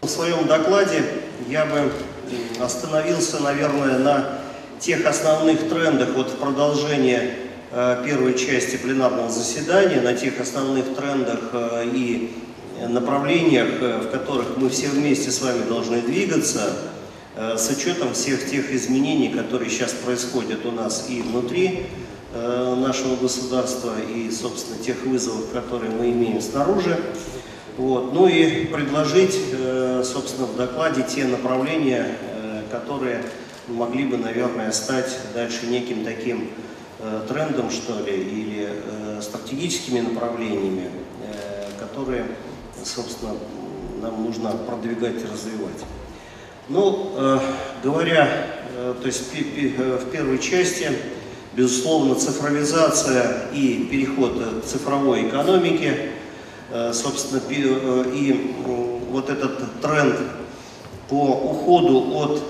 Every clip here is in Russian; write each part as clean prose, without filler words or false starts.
в своем докладе я бы остановился, наверное, на тех основных трендах вот в продолжение первой части пленарного заседания, на тех основных трендах и направлениях, в которых мы все вместе с вами должны двигаться, с учетом всех тех изменений, которые сейчас происходят у нас и внутри нашего государства, и, собственно, тех вызовов, которые мы имеем снаружи. Вот. Ну и предложить, собственно, в докладе те направления, которые могли бы, наверное, стать дальше неким таким трендом, что ли, или стратегическими направлениями, которые, собственно, нам нужно продвигать и развивать. Ну, говоря, то есть в первой части, безусловно, цифровизация и переход к цифровой экономике, собственно, и вот этот тренд по уходу от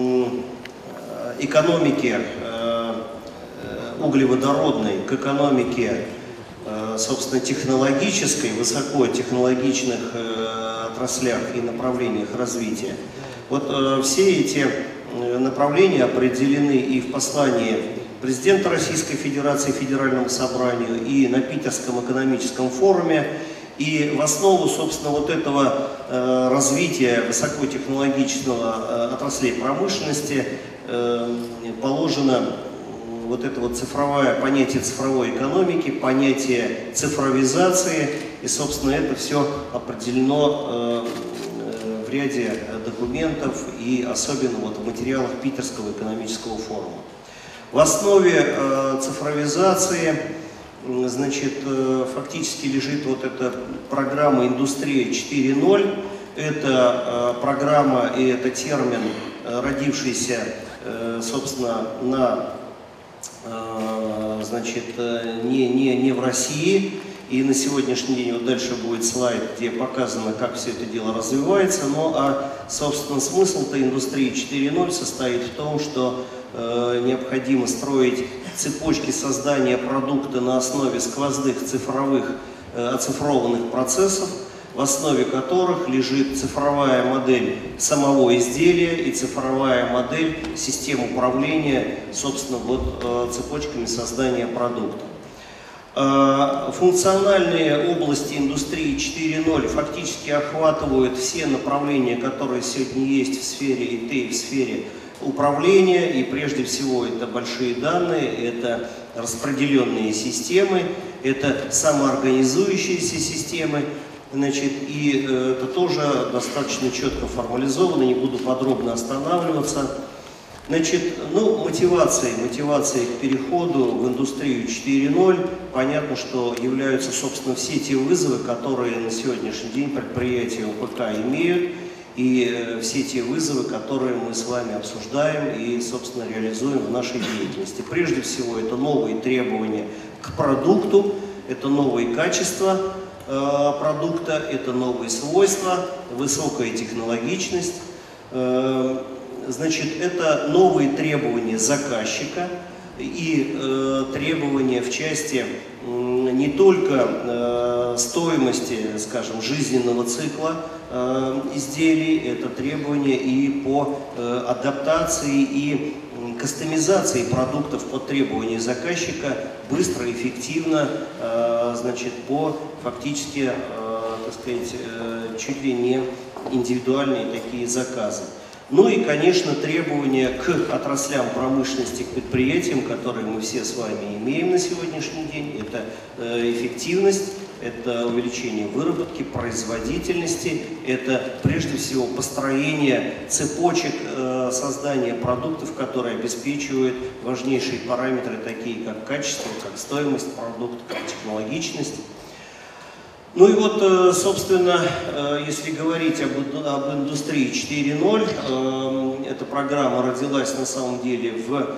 экономики углеводородной к экономике, собственно, технологической, высокотехнологичных отраслях и направлениях развития. Вот все эти направления определены и в послании президента Российской Федерации Федеральному собранию, и на Питерском экономическом форуме. И в основу, собственно, вот этого развития высокотехнологичного отраслей промышленности положено вот это вот понятие цифровой экономики, понятие цифровизации. И, собственно, это все определено в ряде документов и особенно вот в материалах Питерского экономического форума. В основе цифровизации, значит, фактически лежит вот эта программа «Индустрия 4.0». Это программа и это термин, родившийся, собственно, значит, не в России. И на сегодняшний день, вот дальше будет слайд, где показано, как все это дело развивается. Ну а, собственно, смысл-то индустрии 4.0 состоит в том, что необходимо строить цепочки создания продукта на основе сквозных цифровых оцифрованных процессов, в основе которых лежит цифровая модель самого изделия и цифровая модель систем управления, собственно, вот цепочками создания продукта. Функциональные области индустрии 4.0 фактически охватывают все направления, которые сегодня есть в сфере ИТ и в сфере управления. И прежде всего это большие данные, это распределенные системы, это самоорганизующиеся системы. Значит, и это тоже достаточно четко формализовано, не буду подробно останавливаться. Значит, ну, мотивацией к переходу в индустрию 4.0, понятно, что являются, собственно, все те вызовы, которые на сегодняшний день предприятия УПК имеют, и все те вызовы, которые мы с вами обсуждаем и, собственно, реализуем в нашей деятельности. Прежде всего, это новые требования к продукту, это новые качества продукта, это новые свойства, высокая технологичность. Значит, это новые требования заказчика и требования в части не только стоимости, скажем, жизненного цикла изделий, это требования и по адаптации и кастомизации продуктов под требования заказчика быстро, эффективно, значит, по фактически, так сказать, чуть ли не индивидуальные такие заказы. Ну и, конечно, требования к отраслям промышленности, к предприятиям, которые мы все с вами имеем на сегодняшний день. Это эффективность, это увеличение выработки, производительности, это прежде всего построение цепочек создания продуктов, которые обеспечивают важнейшие параметры, такие как качество, как стоимость продукта, как технологичность. Ну и вот, собственно, если говорить об индустрии 4.0, эта программа родилась на самом деле в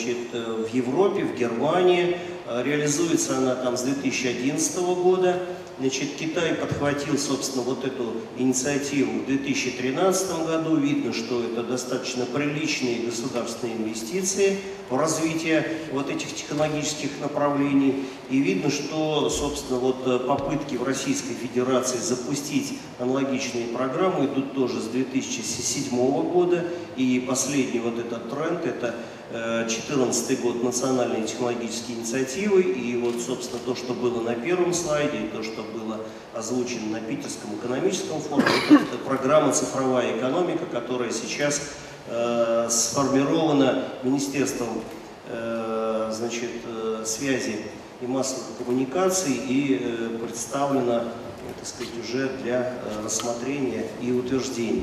Европе, в Германии. Реализуется она там с 2011 года. Значит, Китай подхватил, собственно, вот эту инициативу в 2013 году. Видно, что это достаточно приличные государственные инвестиции в развитие вот этих технологических направлений. И видно, что, собственно, вот попытки в Российской Федерации запустить аналогичные программы идут тоже с 2007 года. И последний вот этот тренд – это 2014 год национальные технологические инициативы. И вот, собственно, то, что было на первом слайде, и то, что было озвучено на Питерском экономическом форуме, это программа «Цифровая экономика», которая сейчас сформирована Министерством значит, связи и массовых коммуникаций и представлена, так сказать, уже для рассмотрения и утверждения.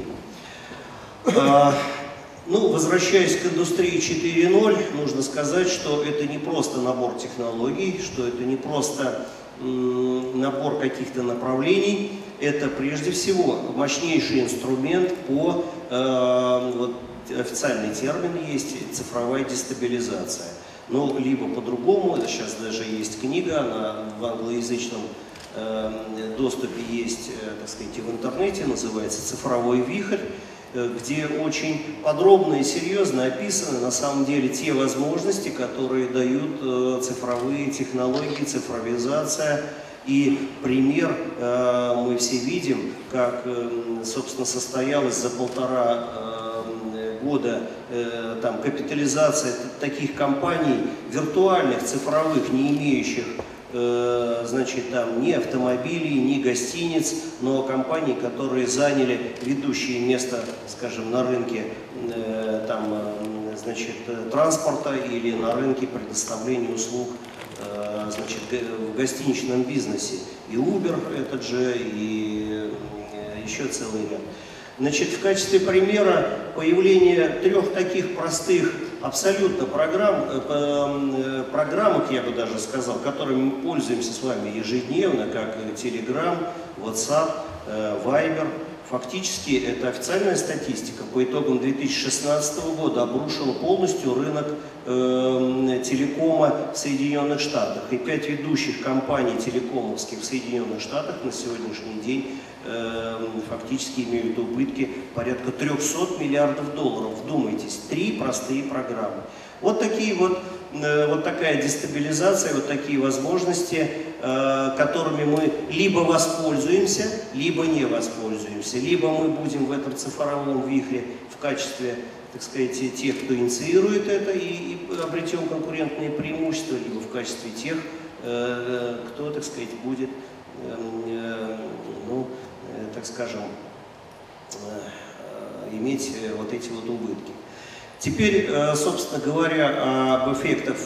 Ну, возвращаясь к индустрии 4.0, нужно сказать, что это не просто набор технологий, что это не просто набор каких-то направлений, это прежде всего мощнейший инструмент по, вот, официальный термин есть, цифровая дестабилизация. Ну, либо по-другому, сейчас даже есть книга, она в англоязычном доступе есть, так сказать, и в интернете, называется «Цифровой вихрь», где очень подробно и серьезно описаны на самом деле те возможности, которые дают цифровые технологии, цифровизация. И пример мы все видим, как, собственно, состоялась за 1,5 года там, капитализация таких компаний виртуальных, цифровых, не имеющих значит, там ни автомобилей, ни гостиниц, но компаний, которые заняли ведущее место, скажем, на рынке там, значит, транспорта или на рынке предоставления услуг, значит, в гостиничном бизнесе. И Uber этот же, и еще целый ряд. Значит, в качестве примера появление 3 таких простых абсолютно программок, я бы даже сказал, которыми мы пользуемся с вами ежедневно, как Telegram, WhatsApp, Viber. Фактически это официальная статистика. По итогам 2016 года обрушила полностью рынок телекома в Соединенных Штатах. И 5 ведущих компаний телекомовских в Соединенных Штатах на сегодняшний день фактически имеют убытки порядка 300 миллиардов долларов. Вдумайтесь, 3 простые программы. Вот такие вот такая дестабилизация, вот такие возможности, которыми мы либо воспользуемся, либо не воспользуемся. Либо мы будем в этом цифровом вихре в качестве, так сказать, тех, кто инициирует это и обретем конкурентные преимущества, либо в качестве тех, кто, так сказать, будет, ну, так скажем, иметь вот эти вот убытки. Теперь, собственно говоря, об эффектах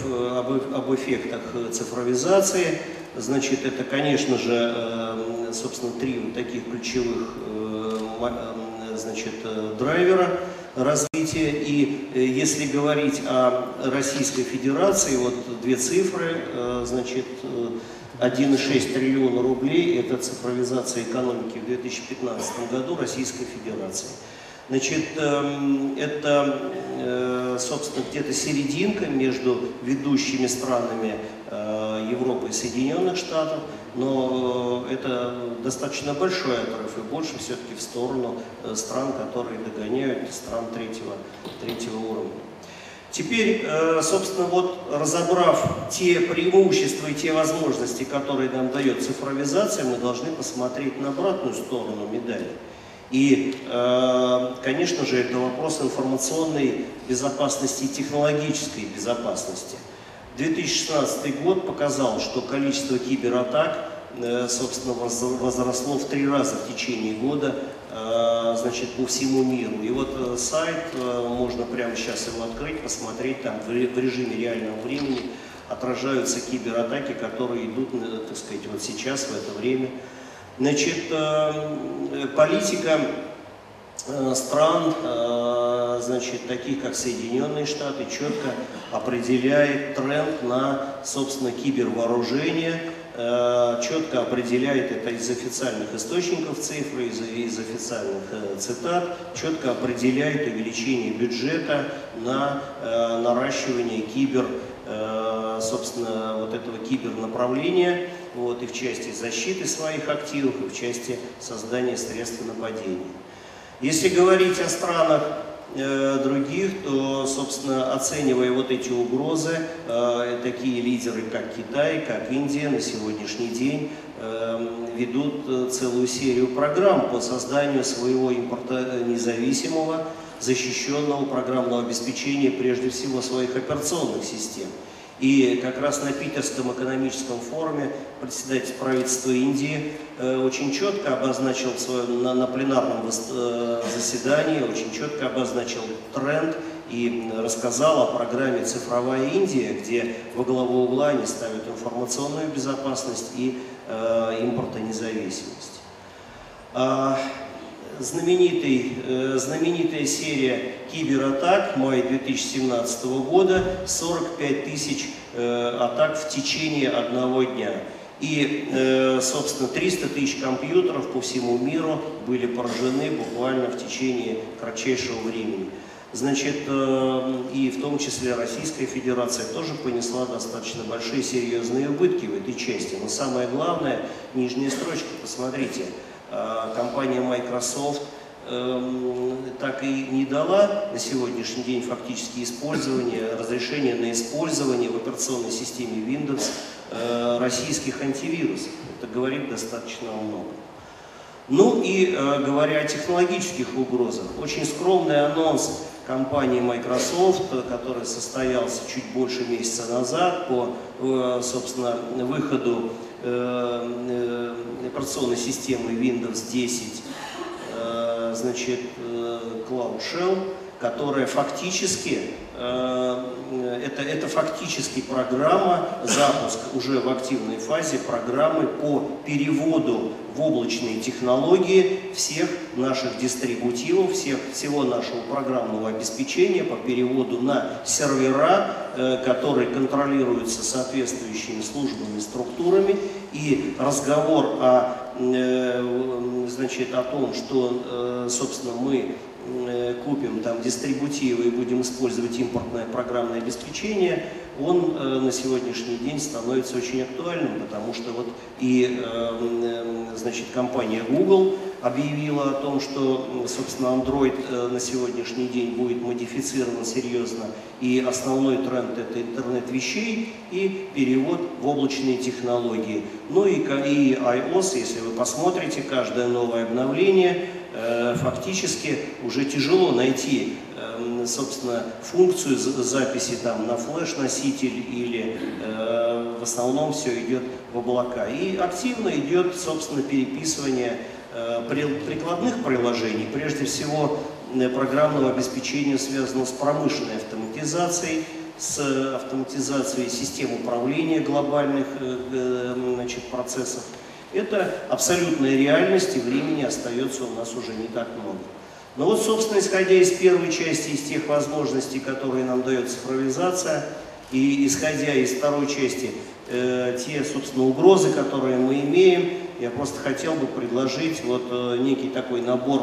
цифровизации. Значит, это, конечно же, собственно, 3 вот таких ключевых, значит, драйвера развития. И если говорить о Российской Федерации, вот 2 цифры, значит, 1,6 триллиона рублей – это цифровизация экономики в 2015 году Российской Федерации. Значит, это, собственно, где-то серединка между ведущими странами Европы и Соединенных Штатов, но это достаточно большой отрыв, и больше все-таки в сторону стран, которые догоняют стран третьего уровня. Теперь, собственно, вот разобрав те преимущества и те возможности, которые нам дает цифровизация, мы должны посмотреть на обратную сторону медали. И, конечно же, это вопрос информационной безопасности и технологической безопасности. 2016 год показал, что количество кибератак, собственно, возросло в 3 раза в течение года, значит, по всему миру. И вот сайт, можно прямо сейчас его открыть, посмотреть, там в режиме реального времени отражаются кибератаки, которые идут, так сказать, вот сейчас, в это время. Значит, политика стран, значит, таких как Соединенные Штаты, четко определяет тренд на, собственно, кибервооружение, четко определяет это из официальных источников цифры, из официальных цитат, четко определяет увеличение бюджета на наращивание собственно, вот этого кибернаправления. вот, и в части защиты своих активов, и в части создания средств нападения. Если говорить о странах других, то, собственно, оценивая вот эти угрозы, такие лидеры, как Китай, как Индия, на сегодняшний день ведут целую серию программ по созданию своего импортонезависимого, защищенного программного обеспечения, прежде всего, своих операционных систем. И как раз на Питерском экономическом форуме председатель правительства Индии очень четко обозначил на пленарном заседании, очень четко обозначил тренд и рассказал о программе «Цифровая Индия», где во главу угла они ставят информационную безопасность и импортонезависимость. Знаменитая серия кибератак мая 2017 года, 45 тысяч атак в течение одного дня. И, собственно, 300 тысяч компьютеров по всему миру были поражены буквально в течение кратчайшего времени. Значит, и в том числе Российская Федерация тоже понесла достаточно большие серьезные убытки в этой части. Но самое главное, нижняя строчка, посмотрите, компания Microsoft так и не дала на сегодняшний день фактически разрешение на использование в операционной системе Windows российских антивирусов. Это говорит достаточно много. Ну и говоря о технологических угрозах, очень скромный анонс компании Microsoft, который состоялся чуть больше месяца назад по, собственно, выходу операционной системы Windows 10, значит, Cloud Shell, которая фактически, это фактически программа, запуск уже в активной фазе программы по переводу в облачные технологии всех наших дистрибутивов, всего нашего программного обеспечения по переводу на сервера, которые контролируются соответствующими службами, структурами. И разговор значит, о том, что, собственно, мы купим там дистрибутивы и будем использовать импортное программное обеспечение, он на сегодняшний день становится очень актуальным, потому что вот и, значит, компания Google объявила о том, что, собственно, Android на сегодняшний день будет модифицирован серьезно, и основной тренд — это интернет вещей и перевод в облачные технологии. Ну и iOS, если вы посмотрите, каждое новое обновление, фактически уже тяжело найти, собственно, функцию записи там на флеш-носитель, или в основном все идет в облака. И активно идет, собственно, переписывание прикладных приложений, прежде всего программного обеспечения, связанного с промышленной автоматизацией, с автоматизацией систем управления глобальных, значит, процессов. Это абсолютная реальность, и времени остается у нас уже не так много. Но вот, собственно, исходя из первой части, из тех возможностей, которые нам дает цифровизация, и исходя из второй части, те, собственно, угрозы, которые мы имеем, я просто хотел бы предложить вот некий такой набор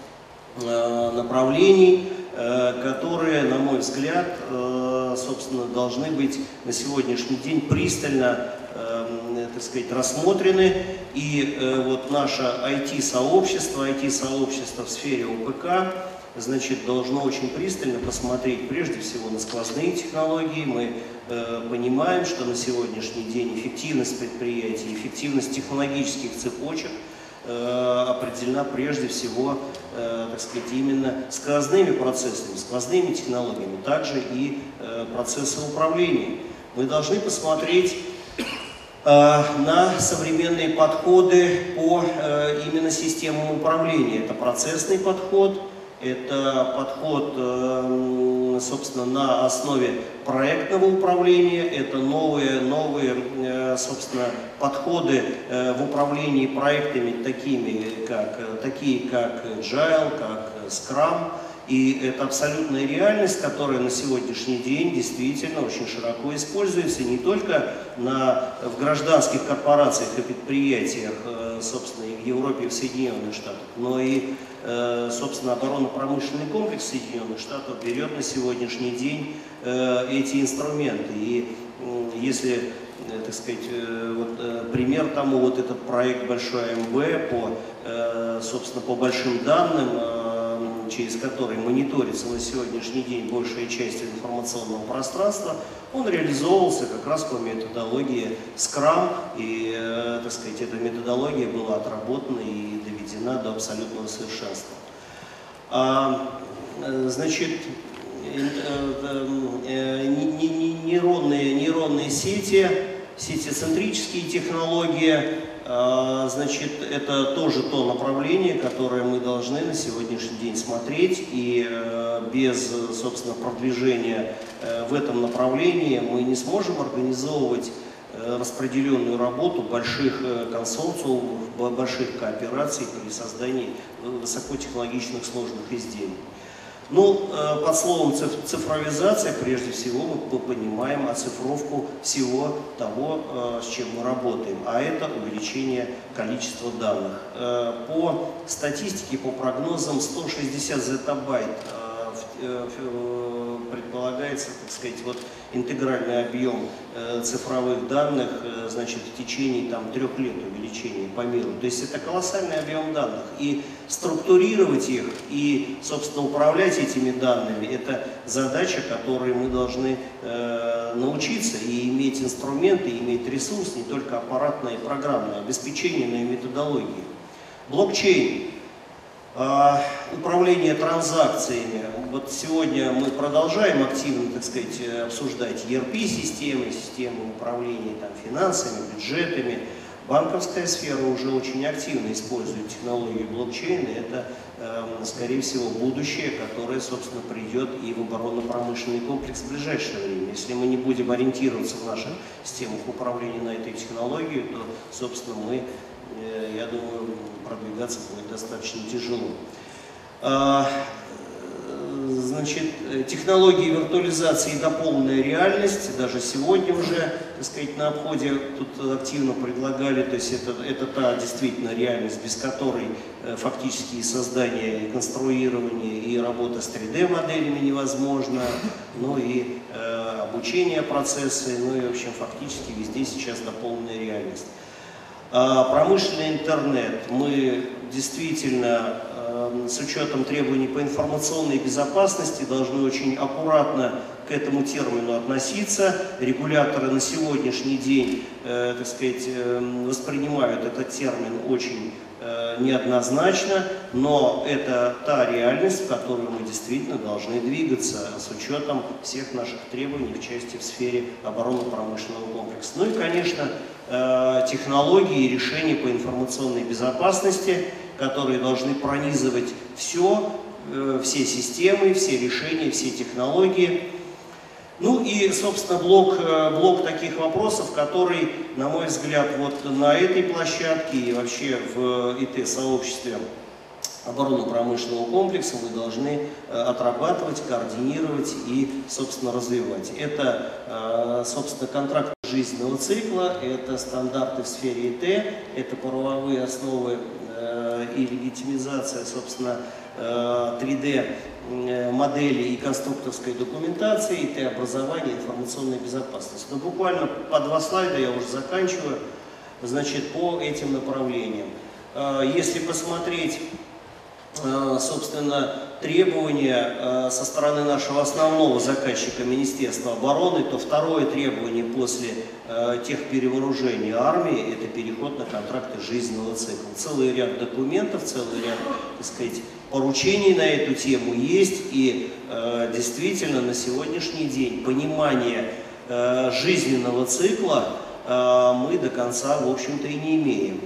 направлений, которые, на мой взгляд, собственно, должны быть на сегодняшний день пристально, так сказать, рассмотрены. И вот наше IT-сообщество в сфере ОПК, значит, должно очень пристально посмотреть прежде всего на сквозные технологии. Мы понимаем, что на сегодняшний день эффективность предприятий, эффективность технологических цепочек определена прежде всего, так сказать, именно сквозными процессами, сквозными технологиями, также и процессы управления. Мы должны посмотреть на современные подходы по именно системам управления. Это процессный подход, это подход, собственно, на основе проектного управления, это новые, собственно, подходы в управлении проектами, такие как Agile, как Scrum. И это абсолютная реальность, которая на сегодняшний день действительно очень широко используется не только в гражданских корпорациях и предприятиях, собственно, и в Европе, и в Соединенных Штатах, но и, собственно, оборонно-промышленный комплекс Соединенных Штатов берет на сегодняшний день эти инструменты. И если так сказать, вот, пример тому вот этот проект «Большой АМБ» собственно, по большим данным, через который мониторится на сегодняшний день большая часть информационного пространства, он реализовывался как раз по методологии Scrum, и, так сказать, эта методология была отработана и доведена до абсолютного совершенства. Значит, нейронные сети, сетицентрические технологии, значит, это тоже то направление, которое мы должны на сегодняшний день смотреть, и без, собственно, продвижения в этом направлении мы не сможем организовывать распределенную работу больших консорциумов, больших коопераций при создании высокотехнологичных сложных изделий. Ну, под словом цифровизация, прежде всего, мы понимаем оцифровку всего того, с чем мы работаем, а это увеличение количества данных. По статистике, по прогнозам, 160 зеттабайт предполагается, так сказать, вот интегральный объем цифровых данных, значит, в течение 3 лет увеличения по миру. То есть это колоссальный объем данных. И структурировать их, и, собственно, управлять этими данными, это задача, которой мы должны научиться и иметь инструменты, и иметь ресурс, не только аппаратное и программное обеспечение, но и методологии. Блокчейн. Управление транзакциями. Вот сегодня мы продолжаем активно, так сказать, обсуждать ERP-системы, системы управления финансами, бюджетами. Банковская сфера уже очень активно использует технологию блокчейна. Это, скорее всего, будущее, которое, собственно, придет и в оборонно-промышленный комплекс в ближайшее время. Если мы не будем ориентироваться в наших системах управления на этой технологии, то, собственно, мы, я думаю, продвигаться будет достаточно тяжело. Значит, технологии виртуализации и дополненная реальность, даже сегодня уже, так сказать, на обходе тут активно предлагали, то есть это та действительно реальность, без которой фактически и создание, и конструирование, и работа с 3D-моделями невозможно, ну и обучение процессы, ну и, в общем, фактически везде сейчас дополненная реальность. Промышленный интернет. Мы действительно с учетом требований по информационной безопасности должны очень аккуратно к этому термину относиться. Регуляторы на сегодняшний день, так сказать, воспринимают этот термин очень неоднозначно, но это та реальность, в которую мы действительно должны двигаться с учетом всех наших требований в части в сфере оборонно-промышленного комплекса. Ну и, конечно, технологии и решения по информационной безопасности, которые должны пронизывать все системы, все решения, все технологии. Ну и, собственно, блок таких вопросов, который, на мой взгляд, вот на этой площадке и вообще в ИТ-сообществе оборонно-промышленного комплекса мы должны отрабатывать, координировать и, собственно, развивать. Это, собственно, контракт жизненного цикла, это стандарты в сфере ИТ, это правовые основы и легитимизация, собственно, 3D модели и конструкторской документации, ИТ-образование, информационная безопасность. Но буквально по 2 слайда я уже заканчиваю, значит, по этим направлениям. Если посмотреть, собственно, требования со стороны нашего основного заказчика Министерства обороны, то второе требование после тех перевооружений армии – это переход на контракты жизненного цикла. Целый ряд документов, целый ряд, так сказать, поручений на эту тему есть, и действительно на сегодняшний день понимание жизненного цикла мы до конца, в общем-то, и не имеем.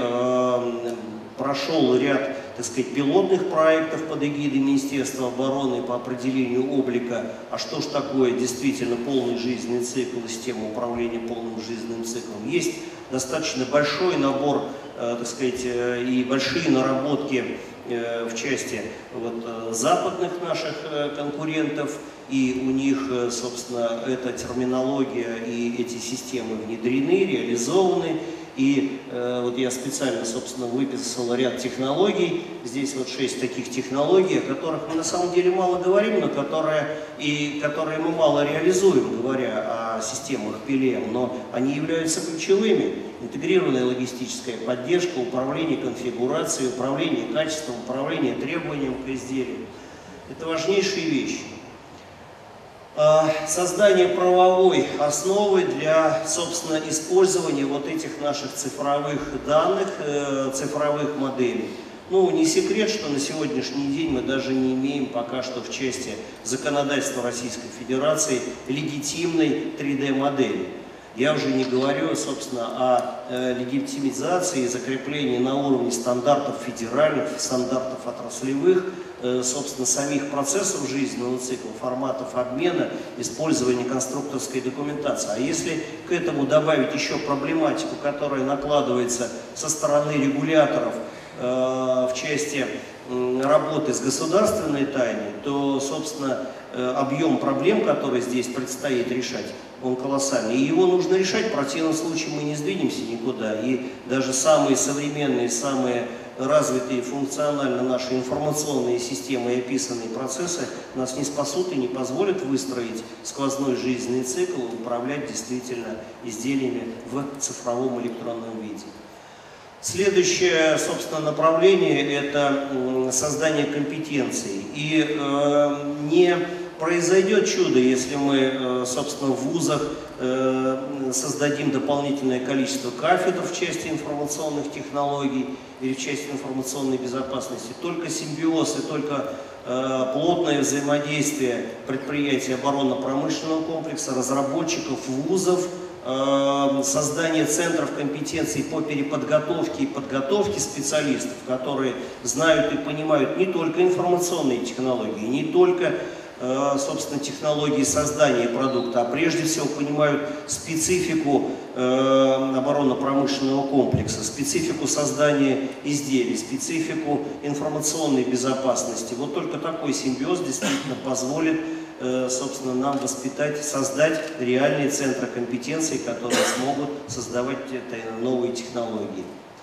И прошел ряд, так сказать, пилотных проектов под эгидой Министерства обороны по определению облика, а что ж такое действительно полный жизненный цикл и система управления полным жизненным циклом. Есть достаточно большой набор, так сказать, и большие наработки в части вот, западных наших конкурентов, и у них, собственно, эта терминология и эти системы внедрены, реализованы. И вот я специально, собственно, выписал ряд технологий. Здесь вот 6 таких технологий, о которых мы на самом деле мало говорим, но которые мы мало реализуем, говоря о системах PLM, но они являются ключевыми. Интегрированная логистическая поддержка, управление конфигурацией, управление качеством, управление требованием к изделию. Это важнейшие вещи. Создание правовой основы для, собственно, использования вот этих наших цифровых данных, цифровых моделей. Ну, не секрет, что на сегодняшний день мы даже не имеем пока что в части законодательства Российской Федерации легитимной 3D-модели. Я уже не говорю, собственно, о легитимизации и закреплении на уровне стандартов федеральных, стандартов отраслевых, собственно, самих процессов жизненного цикла, форматов обмена, использования конструкторской документации. А если к этому добавить еще проблематику, которая накладывается со стороны регуляторов в части работы с государственной тайной, то, собственно, объем проблем, которые здесь предстоит решать, он колоссальный. И его нужно решать, в противном случае мы не сдвинемся никуда. И даже самые современные, самые развитые функционально наши информационные системы и описанные процессы нас не спасут и не позволят выстроить сквозной жизненный цикл и управлять действительно изделиями в цифровом электронном виде. Следующее, собственно, направление – это создание компетенций. И не произойдет чудо, если мы, собственно, в вузах создадим дополнительное количество кафедр в части информационных технологий или в части информационной безопасности. Только симбиоз и только плотное взаимодействие предприятий оборонно-промышленного комплекса, разработчиков, вузов, создание центров компетенций по переподготовке и подготовке специалистов, которые знают и понимают не только информационные технологии, не только, собственно, технологии создания продукта, а прежде всего понимают специфику оборонно-промышленного комплекса, специфику создания изделий, специфику информационной безопасности. Вот только такой симбиоз действительно позволит, собственно, нам воспитать, создать реальные центры компетенций, которые смогут создавать новые технологии.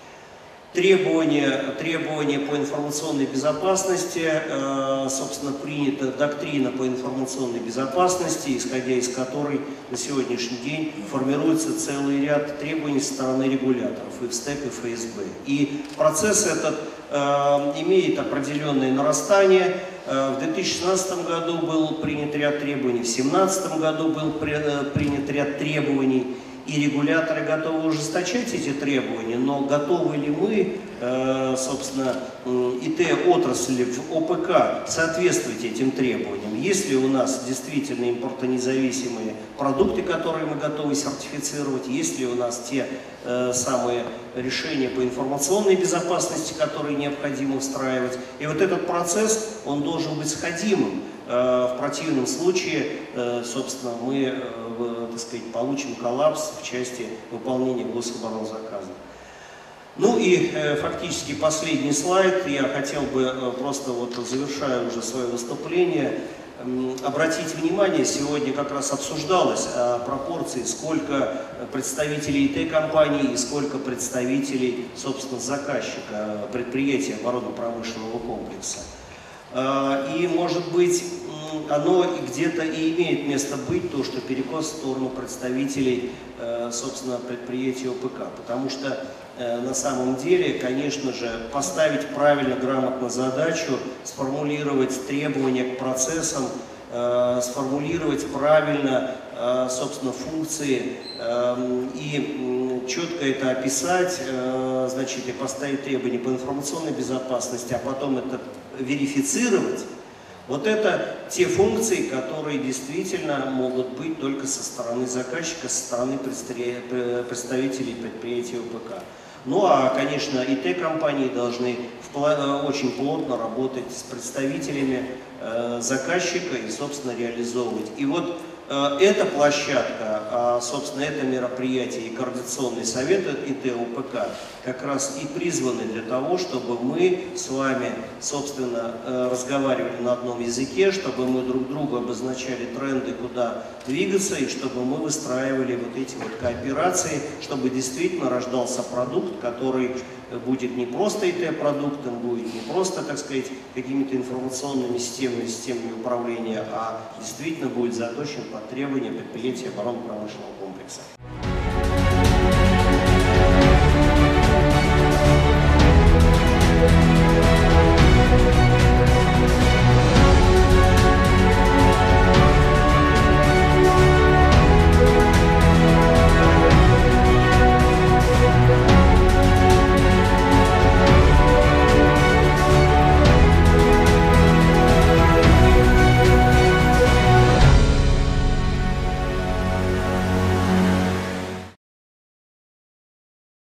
Требования по информационной безопасности, собственно, принята доктрина по информационной безопасности, исходя из которой на сегодняшний день формируется целый ряд требований со стороны регуляторов, и ФСТЭК, и ФСБ. И процесс этот имеет определенное нарастание. В 2016 году был принят ряд требований, в 2017 году был принят ряд требований, и регуляторы готовы ужесточать эти требования, но готовы ли мы, собственно, ИТ-отрасли в ОПК соответствовать этим требованиям? Есть ли у нас действительно импортонезависимые продукты, которые мы готовы сертифицировать? Есть ли у нас те самые решения по информационной безопасности, которые необходимо устраивать? И вот этот процесс, он должен быть сходимым. В противном случае, собственно, мы, так сказать, получим коллапс в части выполнения гособоронзаказа. Ну и фактически последний слайд. Я хотел бы просто, вот завершая уже свое выступление, обратить внимание, сегодня как раз обсуждалось о пропорции, сколько представителей ИТ-компаний и сколько представителей, собственно, заказчика, предприятия оборонно-промышленного комплекса. И, может быть, оно где-то и имеет место быть, то, что перекос в сторону представителей, собственно, предприятий ОПК. Потому что на самом деле, конечно же, поставить правильно, грамотно задачу, сформулировать требования к процессам, сформулировать правильно, собственно, функции и четко это описать, значит, и поставить требования по информационной безопасности, а потом это верифицировать. Вот это те функции, которые действительно могут быть только со стороны заказчика, со стороны представителей предприятий ОПК. Ну а, конечно, ИТ-компании должны очень плотно работать с представителями заказчика и, собственно, реализовывать. И вот эта площадка, собственно, это мероприятие и Координационный совет ИТ-УПК как раз и призваны для того, чтобы мы с вами, собственно, разговаривали на одном языке, чтобы мы друг другу обозначали тренды, куда двигаться, и чтобы мы выстраивали вот эти вот кооперации, чтобы действительно рождался продукт, который будет не просто ИТ-продуктом, будет не просто, так сказать, какими-то информационными системами управления, а действительно будет заточен под требования предприятия оборонно-промышленного комплекса.